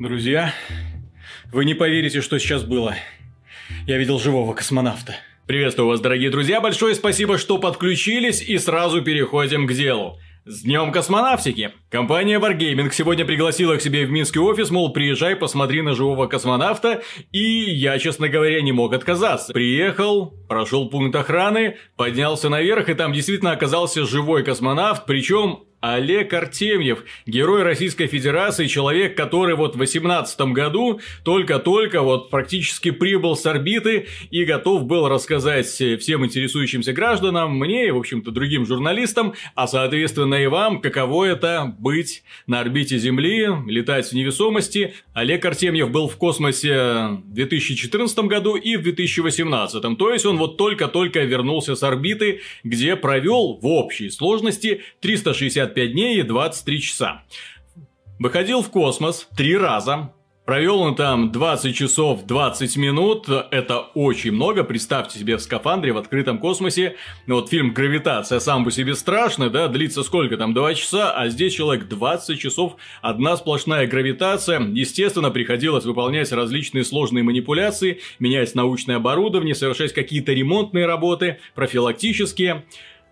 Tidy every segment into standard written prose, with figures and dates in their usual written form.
Друзья, вы не поверите, что сейчас было. Я видел живого космонавта. Приветствую вас, дорогие друзья, большое спасибо, что подключились, и сразу переходим к делу. С Днем космонавтики! Компания Wargaming сегодня пригласила к себе в Минский офис, мол, приезжай, посмотри на живого космонавта, и я, честно говоря, не мог отказаться. Приехал, прошел пункт охраны, поднялся наверх, и там действительно оказался живой космонавт, причем Олег Артемьев, герой Российской Федерации, человек, который вот в 2018 году только-только вот практически прибыл с орбиты и готов был рассказать всем интересующимся гражданам, мне и, в общем-то, другим журналистам, а соответственно и вам, каково это быть на орбите Земли, летать в невесомости. Олег Артемьев был в космосе в 2014 году и в 2018, то есть он вот только-только вернулся с орбиты, где провел в общей сложности 365 дней и 23 часа. Выходил в космос 3 раза. Провел он там 20 часов 20 минут. Это очень много. Представьте себе в скафандре в открытом космосе. Вот фильм «Гравитация» сам по себе страшный, да, длится сколько там, 2 часа, а здесь человек 20 часов, одна сплошная гравитация. Естественно, приходилось выполнять различные сложные манипуляции, менять научное оборудование, совершать какие-то ремонтные работы, профилактические.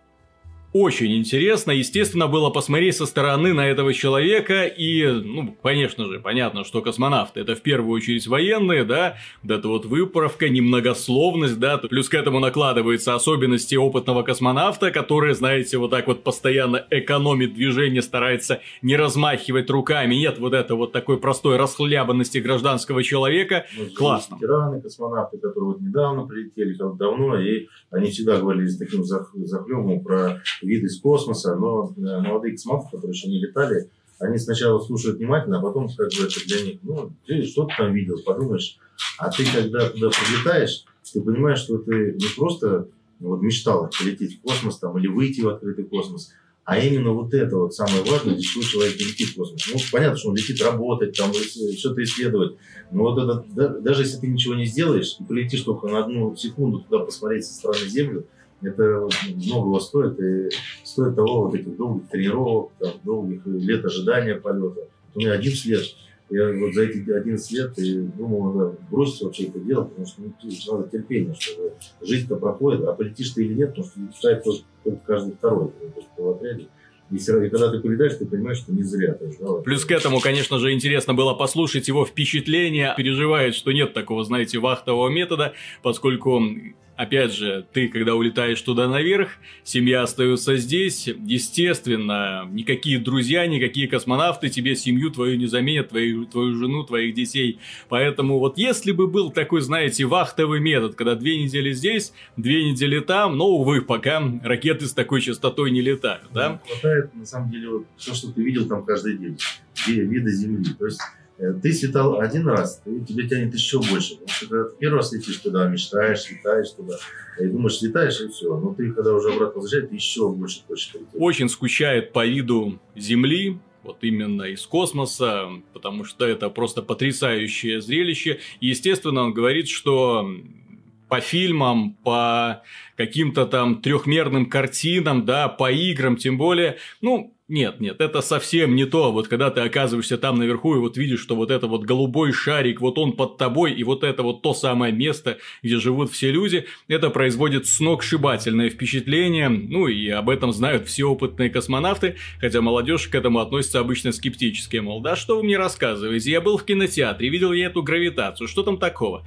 Очень интересно, естественно, было посмотреть со стороны на этого человека и, конечно же, понятно, что космонавты это в первую очередь военные, да, вот эта вот выправка, немногословность, да, плюс к этому накладываются особенности опытного космонавта, который, знаете, вот так вот постоянно экономит движение, старается не размахивать руками, нет вот это вот такой простой расхлябанности гражданского человека, классно. Ветераны, космонавты, которые вот недавно прилетели, как давно, и они всегда говорили с таким захлебом про виды из космоса, но молодые космонавты, которые еще не летали, они сначала слушают внимательно, а потом как бы это для них, ты что ты там видел, подумаешь, а ты когда туда прилетаешь, ты понимаешь, что ты не просто вот мечтал полететь в космос там, или выйти в открытый космос, а именно вот это вот самое важное, для чего человек летит в космос. Понятно, что он летит работать, там что-то исследовать, но вот это, даже если ты ничего не сделаешь, и полетишь только на 1 секунду туда посмотреть со стороны Земли, это многого стоит, и стоит того вот этих долгих тренировок, там, долгих лет ожидания полета. У меня 11 лет. Я вот за эти 11 лет и думал, надо бросить вообще это дело, потому что надо терпение, чтобы жизнь-то проходит, а полетишь ты или нет, потому что летает только каждый второй в отряде. И когда ты полетаешь, ты понимаешь, что не зря ты ждал. Плюс к этому, конечно же, интересно было послушать его впечатления. Переживает, что нет такого, знаете, вахтового метода, поскольку, опять же, ты, когда улетаешь туда наверх, семья остается здесь. Естественно, никакие друзья, никакие космонавты тебе семью твою не заменят, твою жену, твоих детей. Поэтому вот если бы был такой, знаете, вахтовый метод, когда 2 недели здесь, 2 недели там, но, увы, пока ракеты с такой частотой не летают, да? Хватает, на самом деле, вот, все, что ты видел там каждый день, виды Земли. То есть ты слетал 1 раз, и тебе тянет еще больше. Потому что когда ты 1 раз летишь туда, мечтаешь, летаешь туда, и думаешь, летаешь, и все. Но ты, когда уже обратно возвращаешься, ты еще больше хочешь лететь. Очень скучает по виду Земли, вот именно из космоса, потому что это просто потрясающее зрелище. И, естественно, он говорит, что по фильмам, по каким-то там трехмерным картинам, да, по играм, тем более, нет, это совсем не то, вот когда ты оказываешься там наверху и вот видишь, что вот это вот голубой шарик, вот он под тобой, и вот это вот то самое место, где живут все люди, это производит сногсшибательное впечатление, и об этом знают все опытные космонавты, хотя молодежь к этому относится обычно скептически, мол, да что вы мне рассказываете, я был в кинотеатре, видел я эту гравитацию, что там такого?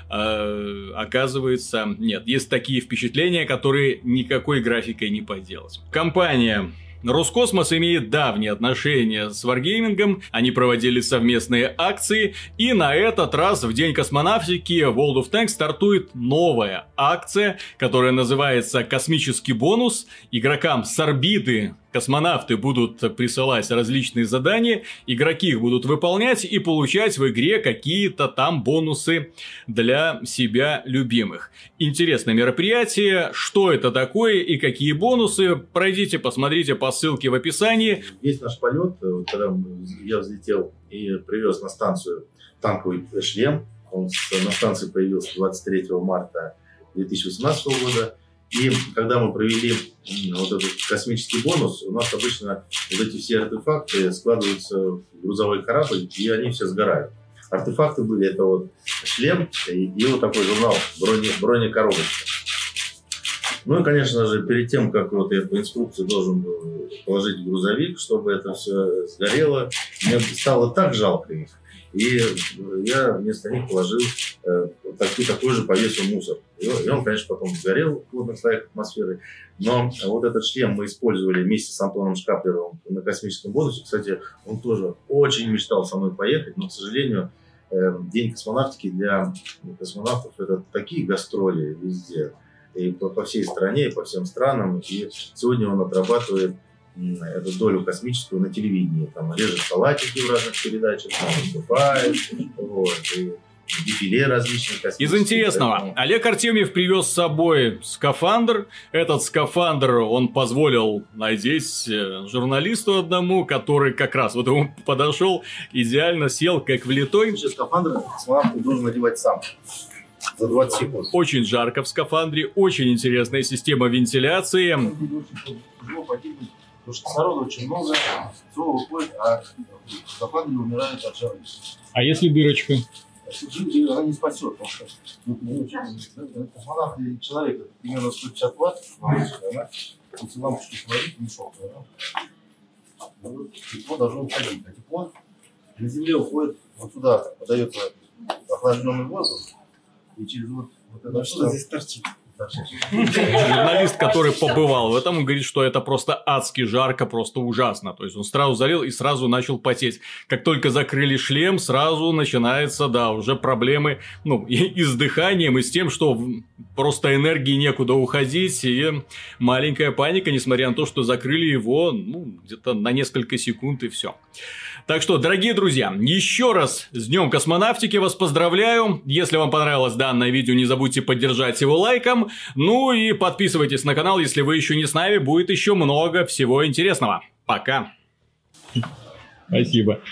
Оказывается, нет, есть такие впечатления, которые никакой графикой не поделать. Компания Роскосмос имеет давние отношения с Wargaming, они проводили совместные акции, и на этот раз в День космонавтики World of Tanks стартует новая акция, которая называется «Космический бонус». Игрокам с орбиты космонавты будут присылать различные задания, игроки их будут выполнять и получать в игре какие-то там бонусы для себя любимых. Интересное мероприятие, что это такое и какие бонусы, пройдите, посмотрите по ссылке в описании. Есть наш полет, когда я взлетел и привез на станцию танковый шлем, он на станции появился 23 марта 2018 года. И когда мы провели вот этот космический бонус, у нас обычно вот эти все артефакты складываются в грузовой корабль, и они все сгорают. Артефакты были, это вот шлем и вот такой журнал бронекоробочка. Ну и, конечно же, перед тем, как вот я по инструкции должен был положить в грузовик, чтобы это все сгорело, мне стало так жалко их. И я вместо них положил такой же по весу мусор. И он, конечно, потом сгорел в плотных слоях атмосферы. Но вот этот шлем мы использовали вместе с Антоном Шкаплеровым на космическом бонусе. Кстати, он тоже очень мечтал со мной поехать, но, к сожалению, День космонавтики для космонавтов – это такие гастроли везде. И по всей стране, и по всем странам. И сегодня он отрабатывает эту долю космическую на телевидении. Там режет салатики в разных передачах, там выступает, вот, и дефиле различных космических. Из интересного. Олег Артемьев привез с собой скафандр. Этот скафандр он позволил надеть журналисту одному, который как раз вот ему подошел, идеально сел, как влитой. Вообще скафандр космонавт должен надевать сам. За 20 секунд. Очень жарко в скафандре, очень интересная система вентиляции. Потому что кислорода очень много, все выходит, а в скафандре умирают от жары. А если дырочка? Она не спасет, потому что космонавт и человек это примерно 150 ватт, если лампочку сварить, мешок, тепло должно уходить. А тепло на Земле уходит вот сюда, подается охлажденный воздух, и через вот это что здесь торчит. Журналист, который побывал в этом, говорит, что это просто адски жарко, просто ужасно. То есть он сразу залил и сразу начал потеть. Как только закрыли шлем, сразу начинается, да, уже проблемы, ну, и с дыханием, и с тем, что просто энергии некуда уходить, и маленькая паника, несмотря на то, что закрыли его, ну, где-то на несколько секунд, и все. Так что, дорогие друзья, еще раз с Днем космонавтики вас поздравляю. Если вам понравилось данное видео, не забудьте поддержать его лайком. Ну и подписывайтесь на канал, если вы еще не с нами, будет еще много всего интересного. Пока. Спасибо.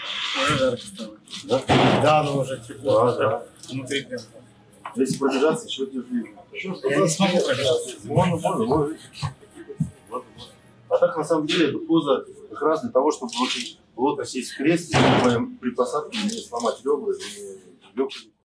Да, ну уже тепло. Да. Внутри прям. Если пробежаться, еще держи. Я не смогу пробежаться. Можно. А так, на самом деле, эта поза как раз для того, чтобы очень плотно сесть в кресле, при посадке не сломать ребра и легкие.